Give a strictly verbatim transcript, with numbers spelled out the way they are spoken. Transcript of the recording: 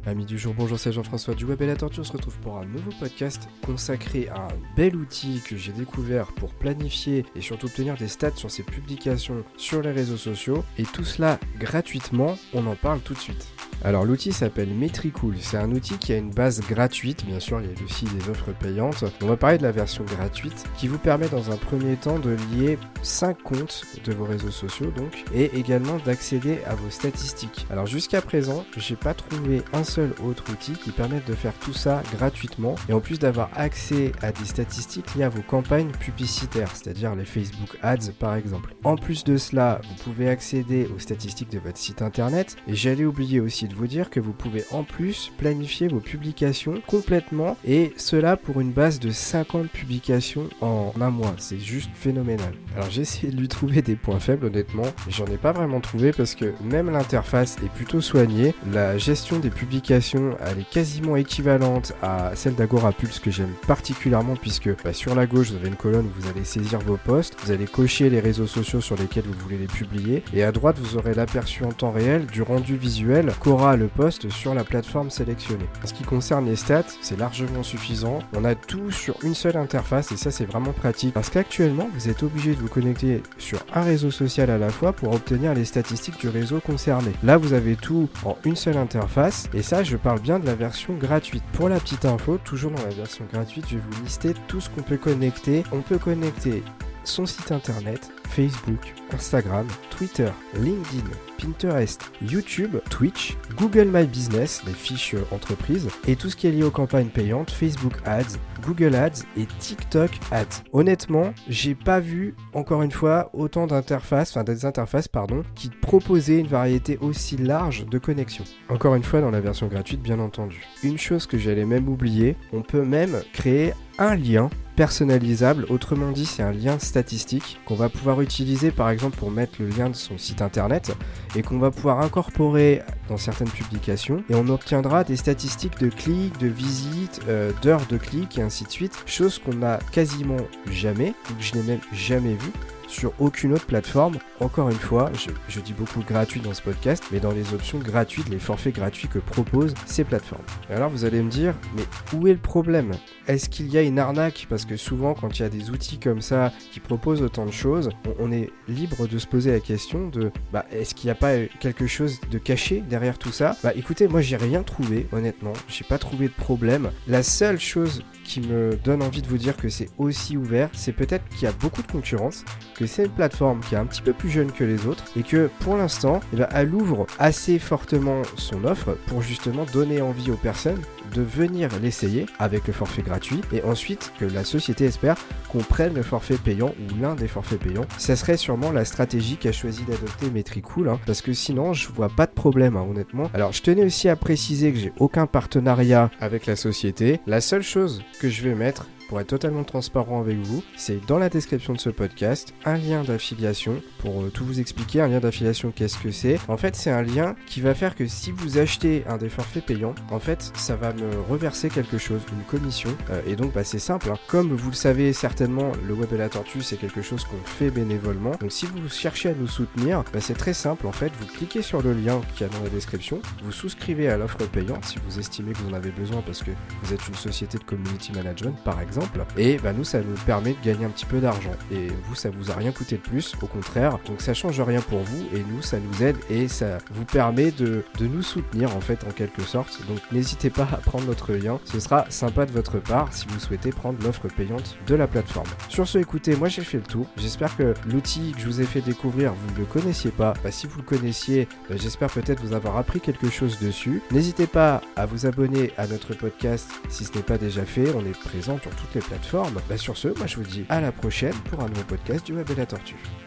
Amis du jour, bonjour, c'est Jean-François du Web et la Tortue. On se retrouve pour un nouveau podcast consacré à un bel outil que j'ai découvert pour planifier et surtout obtenir des stats sur ses publications sur les réseaux sociaux. Et tout cela gratuitement, on en parle tout de suite. Alors l'outil s'appelle Metricool, c'est un outil qui a une base gratuite, bien sûr il y a aussi des offres payantes. On va parler de la version gratuite qui vous permet dans un premier temps de lier cinq comptes de vos réseaux sociaux donc, et également d'accéder à vos statistiques. Alors jusqu'à présent, j'ai pas trouvé un seul autre outil qui permette de faire tout ça gratuitement et en plus d'avoir accès à des statistiques liées à vos campagnes publicitaires, c'est-à-dire les Facebook Ads par exemple. En plus de cela, vous pouvez accéder aux statistiques de votre site internet et j'allais oublier aussi de vous dire que vous pouvez en plus planifier vos publications complètement et cela pour une base de cinquante publications en un mois. C'est juste phénoménal. Alors j'ai essayé de lui trouver des points faibles honnêtement, mais j'en ai pas vraiment trouvé parce que même l'interface est plutôt soignée. La gestion des publications elle est quasiment équivalente à celle d'Agorapulse que j'aime particulièrement puisque bah, sur la gauche vous avez une colonne où vous allez saisir vos posts, vous allez cocher les réseaux sociaux sur lesquels vous voulez les publier et à droite vous aurez l'aperçu en temps réel du rendu visuel qu'aura le post sur la plateforme sélectionnée. En ce qui concerne les stats, c'est largement suffisant. On a tout sur une seule interface et ça c'est vraiment pratique parce qu'actuellement vous êtes obligé de vous connecter sur un réseau social à la fois pour obtenir les statistiques du réseau concerné. Là vous avez tout en une seule interface et ça je parle bien de la version gratuite. Pour la petite info, toujours dans la version gratuite, je vais vous lister tout ce qu'on peut connecter. On peut connecter son site internet, Facebook, Instagram, Twitter, LinkedIn, Pinterest, YouTube, Twitch, Google My Business, les fiches entreprises, et tout ce qui est lié aux campagnes payantes, Facebook Ads, Google Ads et TikTok Ads. Honnêtement, j'ai pas vu, encore une fois, autant d'interfaces, enfin des interfaces, pardon, qui proposaient une variété aussi large de connexions. Encore une fois, dans la version gratuite, bien entendu. Une chose que j'allais même oublier, on peut même créer un lien personnalisable, autrement dit c'est un lien statistique qu'on va pouvoir utiliser par exemple pour mettre le lien de son site internet et qu'on va pouvoir incorporer dans certaines publications et on obtiendra des statistiques de clics, de visites, euh, d'heures de clics et ainsi de suite, chose qu'on n'a quasiment jamais ou que je n'ai même jamais vu sur aucune autre plateforme. Encore une fois, je, je dis beaucoup gratuit dans ce podcast, mais dans les options gratuites, les forfaits gratuits que proposent ces plateformes. Et alors vous allez me dire, mais où est le problème ? Est-ce qu'il y a une arnaque ? Parce que souvent, quand il y a des outils comme ça qui proposent autant de choses, on, on est libre de se poser la question de, bah, est-ce qu'il n'y a pas quelque chose de caché derrière tout ça ? Bah écoutez, moi j'ai rien trouvé, honnêtement, j'ai pas trouvé de problème. La seule chose qui me donne envie de vous dire que c'est aussi ouvert, c'est peut-être qu'il y a beaucoup de concurrence, que c'est une plateforme qui est un petit peu plus jeune que les autres et que pour l'instant, eh ben, elle ouvre assez fortement son offre pour justement donner envie aux personnes de venir l'essayer avec le forfait gratuit et ensuite que la société espère qu'on prenne le forfait payant ou l'un des forfaits payants. Ça serait sûrement la stratégie qu'a choisi d'adopter Metricool hein, parce que sinon je vois pas de problème hein, honnêtement. Alors je tenais aussi à préciser que j'ai aucun partenariat avec la société. La seule chose que je vais mettre pour être totalement transparent avec vous, c'est dans la description de ce podcast, un lien d'affiliation pour euh, tout vous expliquer. Un lien d'affiliation, qu'est-ce que c'est ? En fait, c'est un lien qui va faire que si vous achetez un des forfaits payants, en fait, ça va me reverser quelque chose, une commission. Euh, et donc, bah, c'est simple. Hein. Comme vous le savez certainement, le Web et la Tortue, c'est quelque chose qu'on fait bénévolement. Donc, si vous cherchez à nous soutenir, bah, c'est très simple. En fait, vous cliquez sur le lien qu'il y a dans la description, vous souscrivez à l'offre payante si vous estimez que vous en avez besoin parce que vous êtes une société de community management, par exemple. Et bah nous ça nous permet de gagner un petit peu d'argent et vous ça vous a rien coûté de plus, au contraire, donc ça change rien pour vous et nous ça nous aide et ça vous permet de, de nous soutenir en fait en quelque sorte. Donc n'hésitez pas à prendre notre lien, ce sera sympa de votre part si vous souhaitez prendre l'offre payante de la plateforme. Sur ce, écoutez, moi j'ai fait le tour, j'espère que l'outil que je vous ai fait découvrir vous ne le connaissiez pas, bah, si vous le connaissiez, bah, j'espère peut-être vous avoir appris quelque chose dessus. N'hésitez pas à vous abonner à notre podcast si ce n'est pas déjà fait, on est présent sur toutes les plateformes. Bah sur ce, moi je vous dis à la prochaine pour un nouveau podcast du Web et la Tortue.